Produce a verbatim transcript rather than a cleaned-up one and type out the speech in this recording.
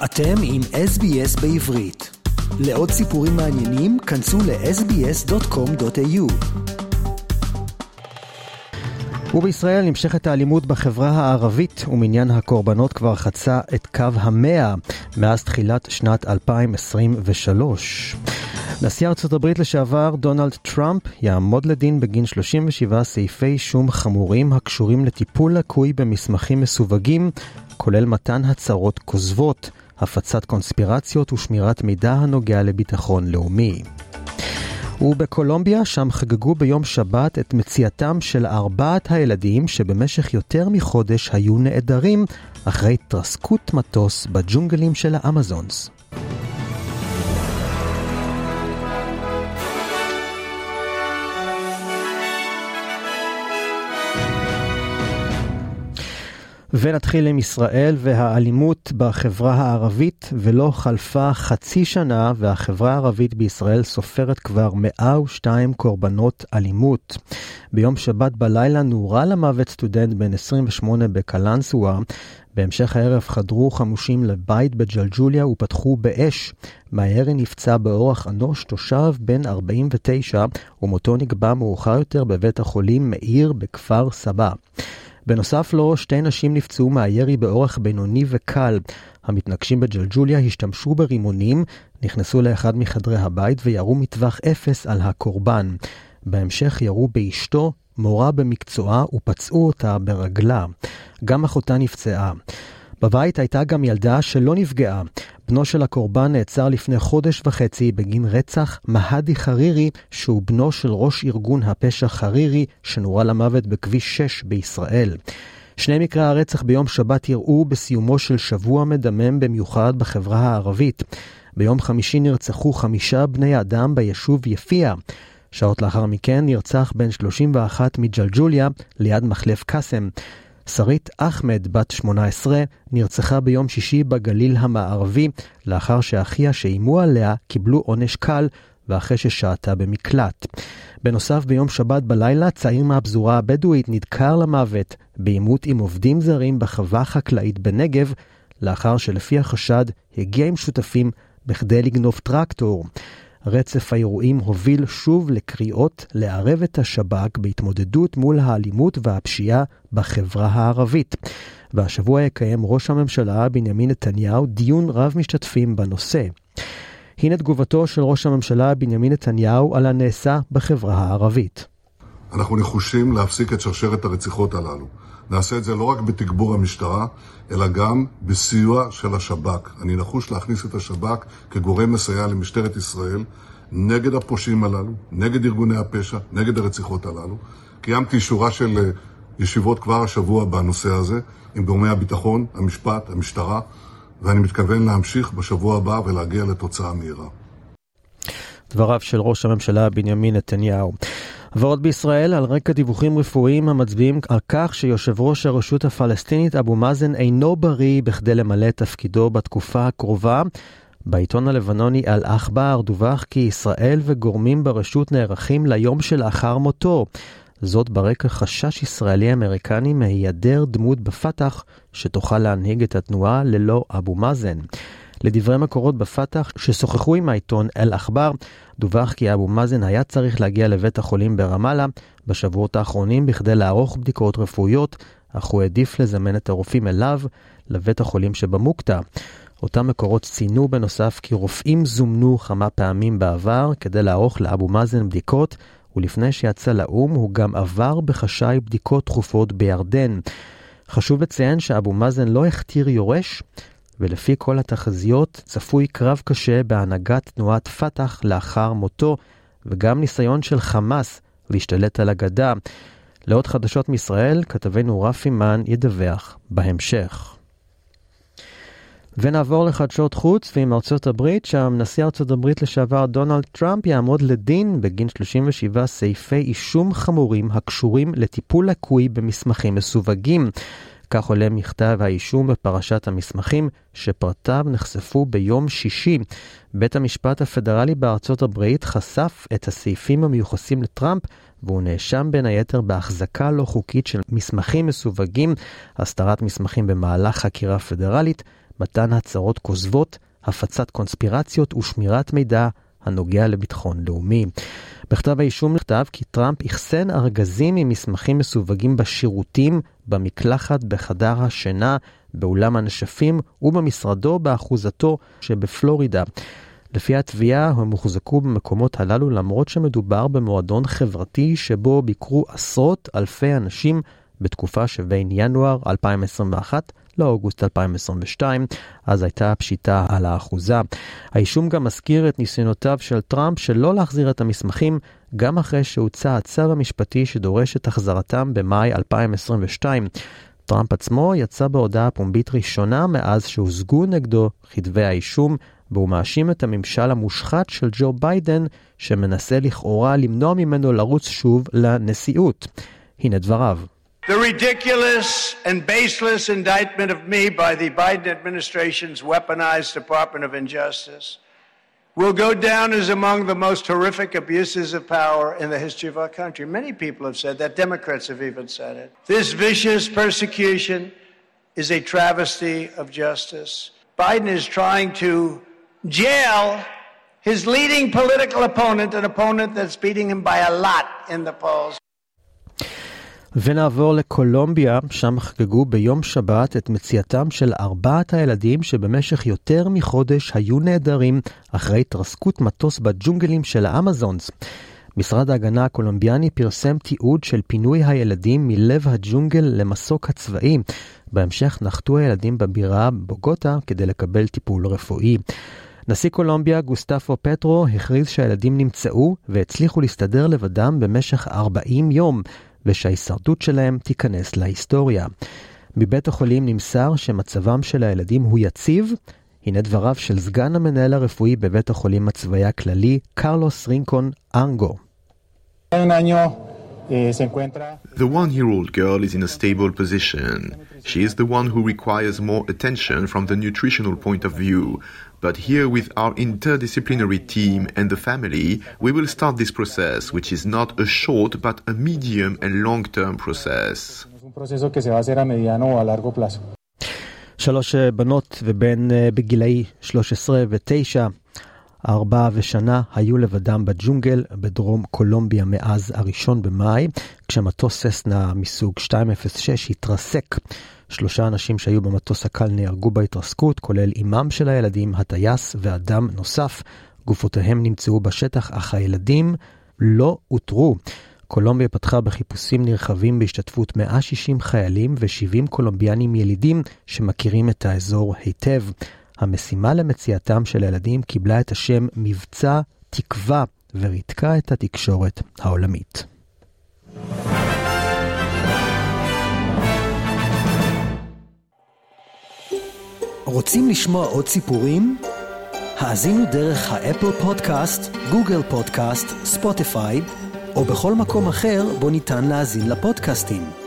אתם עם אס בי אס בעברית. לעוד סיפורים מעניינים, כנסו ל-אס בי אס דוט קום דוט איי יו. ובישראל נמשכת האלימות בחברה הערבית, ומניין הקורבנות כבר חצה את קו המאה מאז תחילת שנת אלפיים עשרים ושלוש. נשיא ארצות הברית לשעבר דונלד טראמפ יעמוד לדין בגין שלושים ושבעה סעיפי אישום חמורים הקשורים לטיפול לקוי במסמכים מסווגים, כולל מתן הצהרות כוזבות, הפצת קונספירציות ושמירת מידע הנוגע לביטחון לאומי. ובקולומביה שם חגגו ביום שבת את מציאתם של ארבעת הילדים שבמשך יותר מחודש היו נעדרים אחרי התרסקות מטוס בג'ונגלים של האמזונס. ונתחיל עם ישראל והאלימות בחברה הערבית, ולא חלפה חצי שנה והחברה הערבית בישראל סופרת כבר מאה ושתיים קורבנות אלימות. ביום שבת בלילה נורה למוות סטודנט בן עשרים ושמונה בקלנסווה. בהמשך הערב חדרו חמושים לבית בג'לג'וליה ופתחו באש. מהירי נפצע באורח אנוש תושב בן ארבעים ותשע, ומותו נקבע מאוחר יותר בבית החולים מאיר בכפר סבא. בנוסף לו, שתי נשים נפצעו מהירי באורח בינוני וקל. המתנגשים בג'לג'וליה השתמשו ברימונים, נכנסו לאחד מחדרי הבית וירו מטווח אפס על הקורבן. בהמשך ירו באשתו, מורה במקצועה, ופצעו אותה ברגלה. גם אחותה נפצעה. בבית הייתה גם ילדה שלא נפגעה. בנו של הקורבן נעצר לפני חודש וחצי בגין רצח מהדי חרירי, שהוא בנו של ראש ארגון הפשע חרירי, שנורה למוות בכביש שש בישראל. שני מקרי הרצח ביום שבת יראו בסיומו של שבוע מדמם במיוחד בחברה הערבית. ביום חמישי נרצחו חמישה בני אדם ביישוב יפיע. שעות לאחר מכן נרצח בן שלושים ואחת מג'לג'וליה ליד מחלף קסם. שרית אחמד, בת שמונה עשרה, נרצחה ביום שישי בגליל המערבי, לאחר שאחיה שאימו עליה קיבלו עונש קל, ואחרי ששעתה במקלט. בנוסף, ביום שבת בלילה, צעיר מהפזורה הבדואית נדקר למוות, בעימות עם עובדים זרים בחווה חקלאית בנגב, לאחר שלפי החשד הגיע עם שותפים בכדי לגנוב טרקטור. רצף האירועים הוביל שוב לקריאות לערב את השב"כ בהתמודדות מול האלימות והפשיעה בחברה הערבית. והשבוע יקיים ראש הממשלה בנימין נתניהו דיון רב משתתפים בנושא. הנה תגובתו של ראש הממשלה בנימין נתניהו על הנעשה בחברה הערבית. אנחנו נחושים להפסיק את שרשרת הרציחות הללו. נעשה את זה לא רק בתגבור המשטרה, אלא גם בסיוע של השב"כ. אני נחוש להכניס את השב"כ כגורם מסייע למשטרת ישראל נגד הפושעים הללו, נגד ארגוני הפשע, נגד הרציחות הללו. קיימתי שורה של ישיבות כבר השבוע בנושא הזה, עם גורמי הביטחון, המשפט, המשטרה, ואני מתכוון להמשיך בשבוע הבא ולהגיע לתוצאה מהירה. דבריו של ראש הממשלה בנימין נתניהו. ועוד בישראל, על רקע דיווחים רפואיים המצביעים על כך שיושב ראש הרשות הפלסטינית אבו מאזן אינו בריא בכדי למלא תפקידו בתקופה הקרובה. בעיתון הלבנוני אל-אחבר דווח כי ישראל וגורמים ברשות נערכים ליום שלאחר מותו. זאת ברקע חשש ישראלי-אמריקני מהיעדר דמות בפתח שתוכל להנהיג את התנועה ללא אבו מאזן. לדברי מקורות בפתח ששוחחו עם העיתון אל-אחבר, דווח כי אבו מאזן היה צריך להגיע לבית החולים ברמאללה בשבועות האחרונים בכדי לערוך בדיקות רפואיות, אך הוא העדיף לזמן את הרופאים אליו לבית החולים שבמוקטה. אותם מקורות ציינו בנוסף כי רופאים זומנו כמה פעמים בעבר כדי לערוך לאבו מאזן בדיקות, ולפני שיצא לאום הוא גם עבר בחשאי בדיקות תכופות בירדן. חשוב לציין שאבו מאזן לא הכתיר יורש, ולפי כל התחזיות צפוי קרב קשה בהנהגת תנועת פתח לאחר מותו, וגם ניסיון של חמאס להשתלט על הגדה. לעוד חדשות מישראל, כתבנו רפי מן ידווח בהמשך. ונעבור לחדשות חוץ ועם ארצות הברית, שם נשיא ארצות הברית לשעבר דונלד טראמפ יעמוד לדין בגין שלושים ושבעה סעיפי אישום חמורים הקשורים לטיפול לקוי במסמכים מסווגים. כך עולה מכתב האישום בפרשת המסמכים שפרטיו נחשפו ביום שישי. בית המשפט הפדרלי בארצות הברית חשף את הסעיפים המיוחסים לטראמפ, והוא נאשם בין היתר בהחזקה לא חוקית של מסמכים מסווגים, הסתרת מסמכים במהלך חקירה פדרלית, מתן הצהרות כוזבות, הפצת קונספירציות ושמירת מידע הנוגע לביטחון לאומי. בכתב האישום נכתב כי טראמפ יחסן ארגזים עם מסמכים מסווגים בשירותים, במקלחת, בחדר השינה, באולם הנשפים ובמשרדו באחוזתו שבפלורידה. לפי התביעה הם מוחזקו במקומות הללו למרות שמדובר במועדון חברתי שבו ביקרו עשרות אלפי אנשים בתקופה שבין ינואר אלפיים עשרים ואחת לאוגוסט אלפיים עשרים ושתיים, אז הייתה פשיטה על האחוזה. האישום גם מזכיר את ניסיונותיו של טראמפ שלא להחזיר את המסמכים, גם אחרי שהוצא הצו המשפטי שדורש את החזרתם במאי אלפיים עשרים ושתיים. טראמפ עצמו יצא בהודעה פומבית ראשונה מאז שהושגו נגדו כתבי האישום, והוא מאשים את הממשל המושחת של ג'ו ביידן, שמנסה לכאורה למנוע ממנו לרוץ שוב לנשיאות. הנה דבריו. The ridiculous and baseless indictment of me by the Biden administration's weaponized Department of Injustice will go down as among the most horrific abuses of power in the history of our country. Many people have said that. Democrats have even said it. This vicious persecution is a travesty of justice. Biden is trying to jail his leading political opponent, an opponent that's beating him by a lot in the polls. ונעבור לקולומביה, שם חגגו ביום שבת את מציאתם של ארבעת הילדים שבמשך יותר מחודש היו נעדרים אחרי התרסקות מטוס בג'ונגלים של האמזונס. משרד ההגנה הקולומביאני פרסם תיעוד של פינוי הילדים מלב הג'ונגל למסוק הצבאי. בהמשך נחתו הילדים בבירה בוגוטה כדי לקבל טיפול רפואי. נשיא קולומביה גוסטפו פטרו הכריז שהילדים נמצאו והצליחו להסתדר לבדם במשך ארבעים יום, ושההישרדות שלהם תיכנס להיסטוריה. מבית החולים נמסר שמצבם של הילדים הוא יציב. הנה דבריו של סגן המנהל הרפואי בבית החולים הצבאי הכללי, קרלוס רינקון אנגו. The one-year-old girl is in a stable position. She is the one who requires more attention from the nutritional point of view. But here with our interdisciplinary team and the family, we will start this process, which is not a short but a medium and long-term process. שלוש בנות ובן בגילאי שלוש עשרה ותשע, ארבע ושנה, היו לבדם בג'ונגל בדרום קולומביה מאז הראשון במאי, כשמטוס ססנה מסוג שתיים אפס שש התרסק. שלושה אנשים שהיו במטוס הקל נהרגו בהתרסקות, כולל אימם של הילדים, הטייס ואדם נוסף. גופותיהם נמצאו בשטח, אך הילדים לא אותרו. קולומביה פתחה בחיפושים נרחבים בהשתתפות מאה ושישים חיילים ו-שבעים קולומביאנים ילידים שמכירים את האזור היטב. המשימה למציאתם של הילדים קיבלה את השם מבצע תקווה וריתקה את התקשורת העולמית. רוצים לשמוע עוד סיפורים? האזינו דרך האפל פודקאסט, גוגל פודקאסט, ספוטיפיי, או בכל מקום אחר בו ניתן להאזין לפודקאסטים.